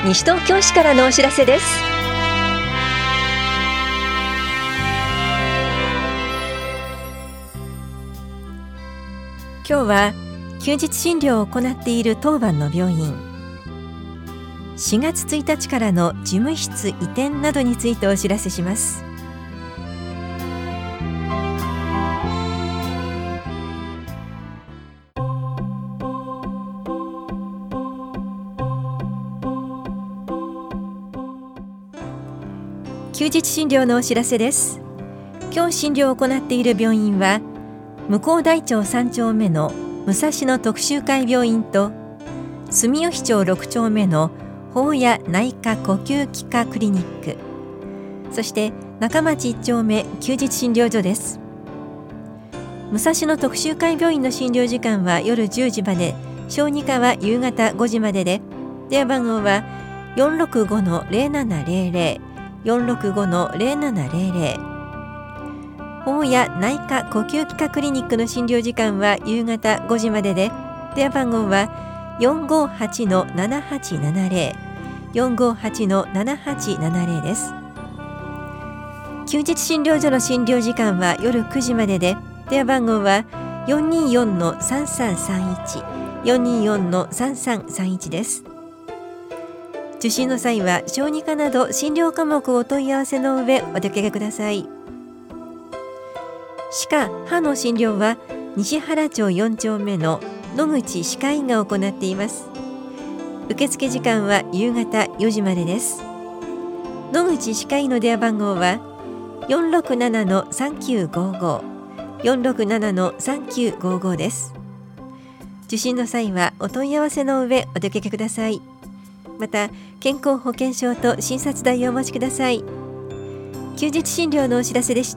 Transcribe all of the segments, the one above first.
西東京市からのお知らせです。今日は休日診療を行っている当番の病院、4月1日からの事務室移転などについてお知らせします。休日診療のお知らせです。今日診療を行っている病院は向こう大町3丁目の武蔵野徳洲会病院と住吉町6丁目の法屋内科呼吸器科クリニック、そして中町1丁目休日診療所です。武蔵野徳洲会病院の診療時間は夜10時まで、小児科は夕方5時までで、電話番号は 465-0700 465-0700。法屋内科呼吸器科クリニックの診療時間は夕方5時までで、電話番号は 458-7870 458-7870 です。休日診療所の診療時間は夜9時までで、電話番号は 424-3331 424-3331 です。受診の際は小児科など診療科目をお問い合わせの上お出かけください。歯科・歯の診療は西原町4丁目の野口歯科医が行っています。受付時間は夕方4時までです。野口歯科医の電話番号は 467-3955 467-3955 です。受診の際はお問い合わせの上お出かけください。また健康保険証と診察代をお持ちください。休日診療のお知らせでした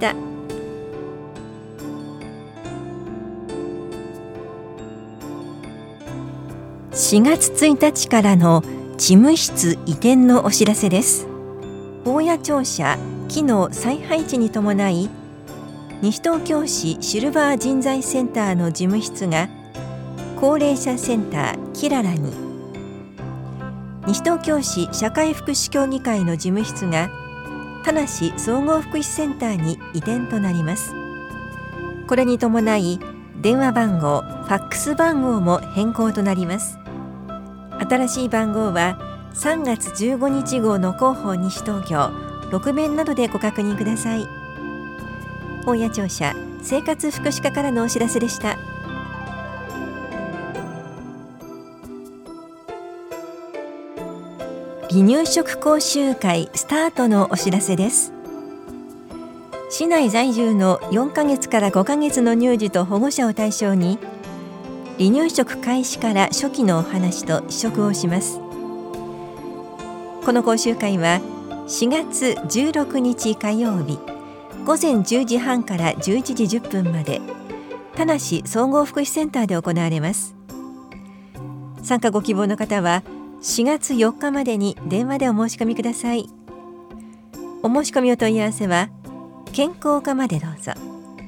。4月1日からの事務室移転のお知らせです。大谷庁舎機能再配置に伴い、西東京市シルバー人材センターの事務室が高齢者センターキララに、西東京市社会福祉協議会の事務室が田無総合福祉センターに移転となります。これに伴い電話番号、ファックス番号も変更となります。新しい番号は3月15日号の広報西東京6面などでご確認ください。大谷庁舎生活福祉課からのお知らせでした。離乳食講習会スタートのお知らせです。市内在住の4ヶ月から5ヶ月の乳児と保護者を対象に、離乳食開始から初期のお話と試食をします。この講習会は4月16日火曜日午前10時半から11時10分まで、田無総合福祉センターで行われます。参加ご希望の方は4月4日までに電話でお申し込みください。お申し込みお問い合わせは健康課までどうぞ。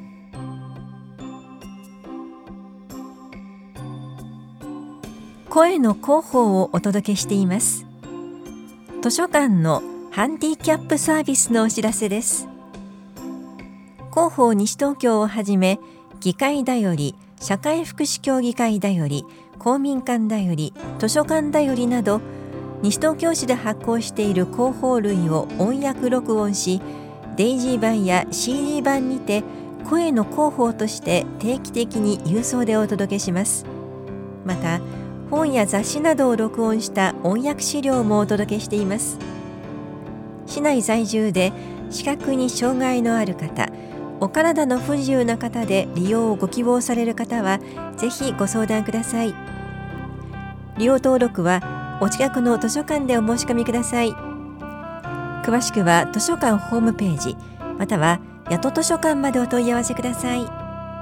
声の広報をお届けしています。図書館のハンディキャップサービスのお知らせです。広報西東京をはじめ、議会だより、社会福祉協議会だより、公民館だより、図書館だよりなど、西東京市で発行している広報類を音訳録音し、デイジー版や CD 版にて声の広報として定期的に郵送でお届けします。また、本や雑誌などを録音した音訳資料もお届けしています。市内在住で視覚に障害のある方、お体の不自由な方で利用をご希望される方はぜひご相談ください。利用登録はお近くの図書館でお申し込みください。詳しくは図書館ホームページまたは八戸図書館までお問い合わせください。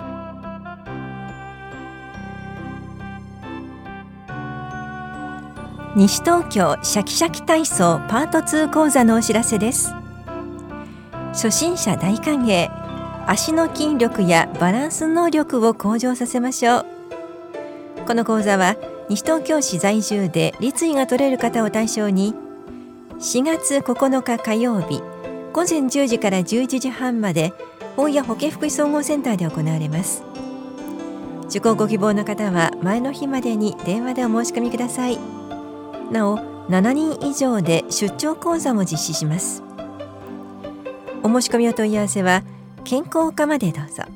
西東京シャキシャキ体操パート2講座のお知らせです。初心者大歓迎、足の筋力やバランス能力を向上させましょう。この講座は西東京市在住で立位が取れる方を対象に 4月9日火曜日午前10時から11時半まで本屋保健福祉総合センターで行われます。受講ご希望の方は前の日までに電話でお申し込みください。なお、7人以上で出張講座も実施します。お申し込みお問い合わせは健康課までどうぞ。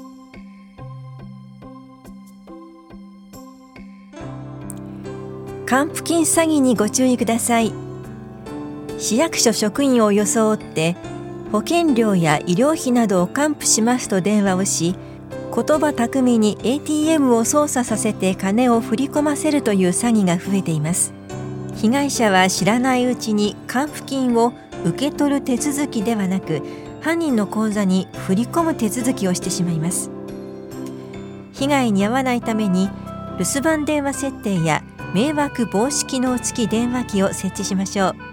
還付金詐欺にご注意ください。市役所職員を装って保険料や医療費などを還付しますと電話をし、言葉巧みに ATM を操作させて金を振り込ませるという詐欺が増えています。被害者は知らないうちに還付金を受け取る手続きではなく、犯人の口座に振り込む手続きをしてしまいます。被害に遭わないために留守番電話設定や迷惑防止機能付き電話機を設置しましょう。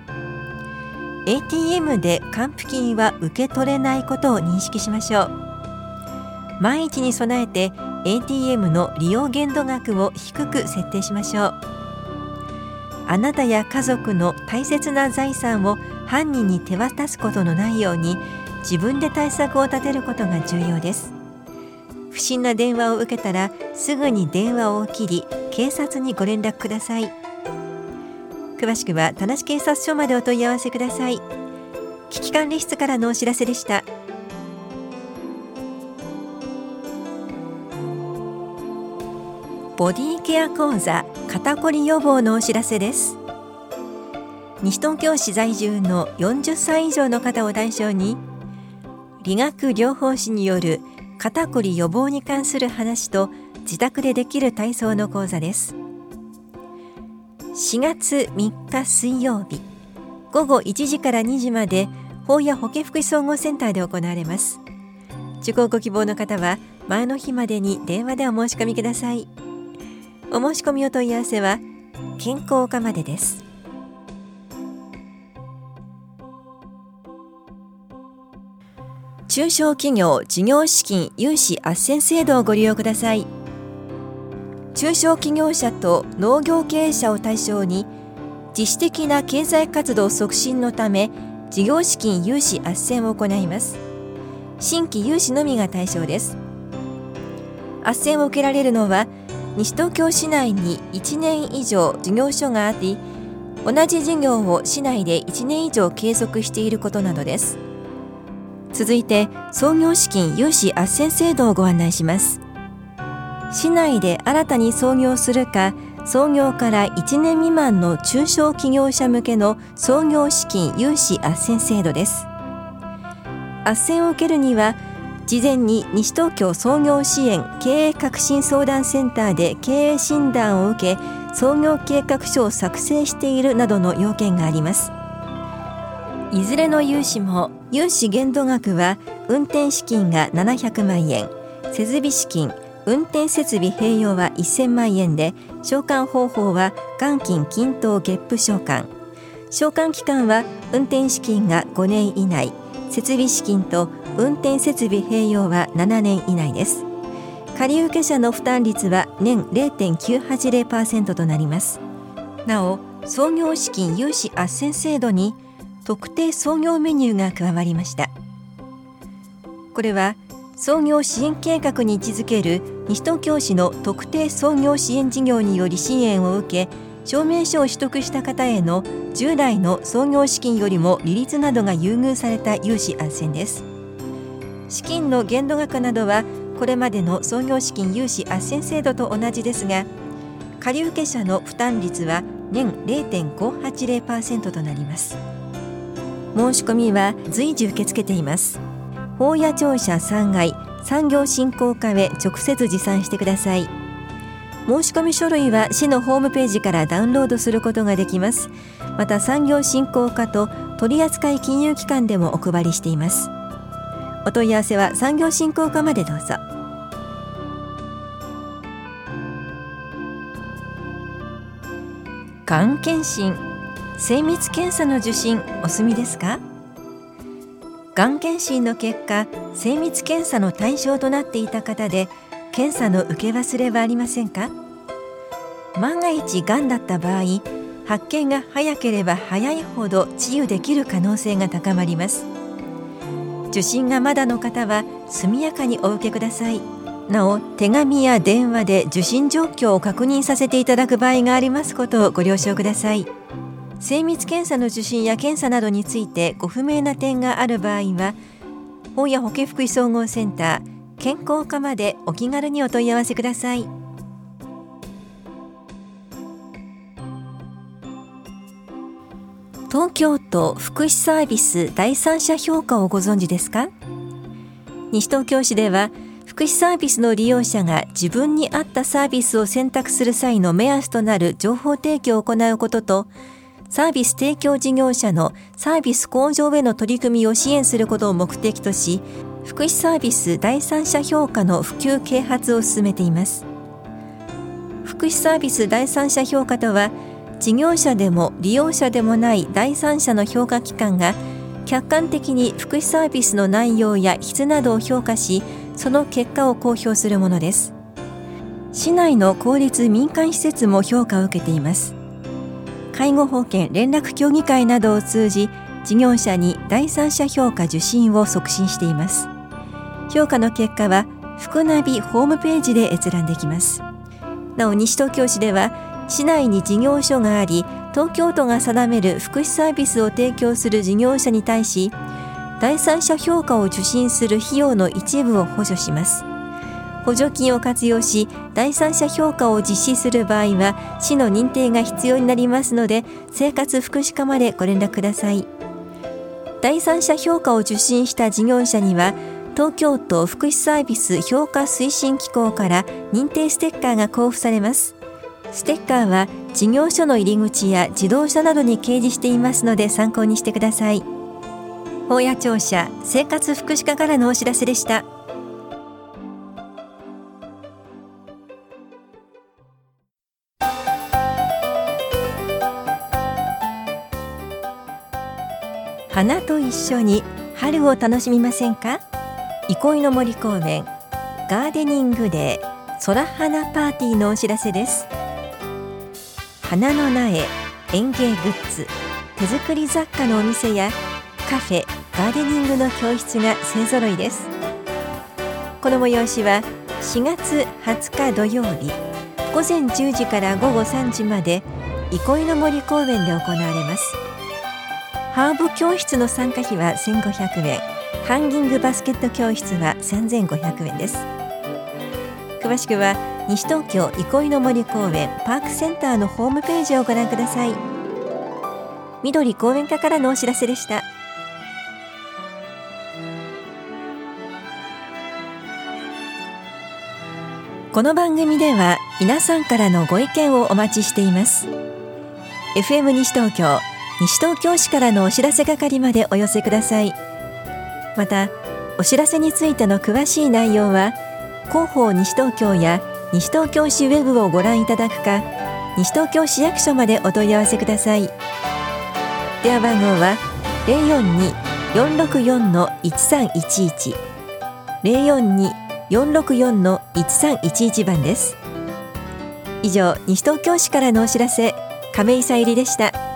ATM で還付金は受け取れないことを認識しましょう。万一に備えて ATM の利用限度額を低く設定しましょう。あなたや家族の大切な財産を犯人に手渡すことのないように自分で対策を立てることが重要です。不審な電話を受けたらすぐに電話を切り、警察にご連絡ください。詳しくは田無警察署までお問い合わせください。危機管理室からのお知らせでした。ボディケア講座肩こり予防のお知らせです。西東京市在住の40歳以上の方を対象に、理学療法士による肩こり予防に関する話と自宅でできる体操の講座です。4月3日水曜日午後1時から2時まで本屋保健福祉総合センターで行われます。受講ご希望の方は前の日までに電話でお申し込みください。お申し込みお問い合わせは健康課までです。中小企業事業資金融資斡旋制度をご利用ください。中小企業者と農業経営者を対象に自主的な経済活動促進のため事業資金融資斡旋を行います。新規融資のみが対象です。斡旋を受けられるのは西東京市内に1年以上事業所があり、同じ事業を市内で1年以上継続していることなどです。続いて創業資金融資斡旋制度をご案内します。市内で新たに創業するか、創業から1年未満の中小企業者向けの創業資金融資斡旋制度です。斡旋を受けるには事前に西東京創業支援経営革新相談センターで経営診断を受け、創業計画書を作成しているなどの要件があります。いずれの融資も融資限度額は運転資金が700万円、設備資金、運転設備併用は1000万円で、償還方法は元金均等月付償還。償還期間は運転資金が5年以内、設備資金と運転設備併用は7年以内です。借受者の負担率は年 0.980% となります。なお、創業資金融資斡旋制度に特定創業メニューが加わりました。これは創業支援計画に位置づける西東京市の特定創業支援事業により支援を受け、証明書を取得した方への従来の創業資金よりも利率などが優遇された融資斡旋です。資金の限度額などはこれまでの創業資金融資斡旋制度と同じですが、借受者の負担率は年 0.580% となります。申し込みは随時受け付けています。本屋庁舎3階産業振興課へ直接持参してください。申し込み書類は市のホームページからダウンロードすることができます。また産業振興課と取扱金融機関でもお配りしています。お問い合わせは産業振興課までどうぞ。がん検診、精密検査の受診お済みですか？がん検診の結果、精密検査の対象となっていた方で検査の受け忘れはありませんか？万が一がんだった場合、 発見が早ければ早いほど治癒できる可能性が高まります。受診がまだの方は速やかにお受けください。なお、手紙や電話で受診状況を確認させていただく場合がありますことをご了承ください。精密検査の受診や検査などについてご不明な点がある場合は、保谷保健福祉総合センター健康課までお気軽にお問い合わせください。東京都福祉サービス第三者評価をご存知ですか？西東京市では福祉サービスの利用者が自分に合ったサービスを選択する際の目安となる情報提供を行うことと、サービス提供事業者のサービス向上への取り組みを支援することを目的とし、福祉サービス第三者評価の普及啓発を進めています。福祉サービス第三者評価とは、事業者でも利用者でもない第三者の評価機関が客観的に福祉サービスの内容や質などを評価し、その結果を公表するものです。市内の公立民間施設も評価を受けています。介護保険連絡協議会などを通じ、事業者に第三者評価受診を促進しています。評価の結果は福ナビホームページで閲覧できます。なお、西東京市では市内に事業所があり、東京都が定める福祉サービスを提供する事業者に対し、第三者評価を受診する費用の一部を補助します。補助金を活用し、第三者評価を実施する場合は市の認定が必要になりますので、生活福祉課までご連絡ください。第三者評価を受診した事業者には、東京都福祉サービス評価推進機構から認定ステッカーが交付されます。ステッカーは事業所の入り口や自動車などに掲示していますので、参考にしてください。保谷庁舎生活福祉課からのお知らせでした。花と一緒に春を楽しみませんか？憩いの森公園ガーデニングデー空花パーティーのお知らせです。花の苗、園芸グッズ、手作り雑貨のお店やカフェ、ガーデニングの教室が勢ぞろいです。この催しは4月20日土曜日午前10時から午後3時まで憩いの森公園で行われます。ハーブ教室の参加費は1500円、ハンギングバスケット教室は3500円です。詳しくは西東京憩いの森公園パークセンターのホームページをご覧ください。緑公園課からのお知らせでした。この番組では皆さんからのご意見をお待ちしています。 FM 西東京、西東京市からのお知らせ係までお寄せください。また、お知らせについての詳しい内容は広報西東京や西東京市ウェブをご覧いただくか、西東京市役所までお問い合わせください。電話番号は 042-464-1311 042-464-1311 番です。以上、西東京市からのお知らせ、亀井さゆりでした。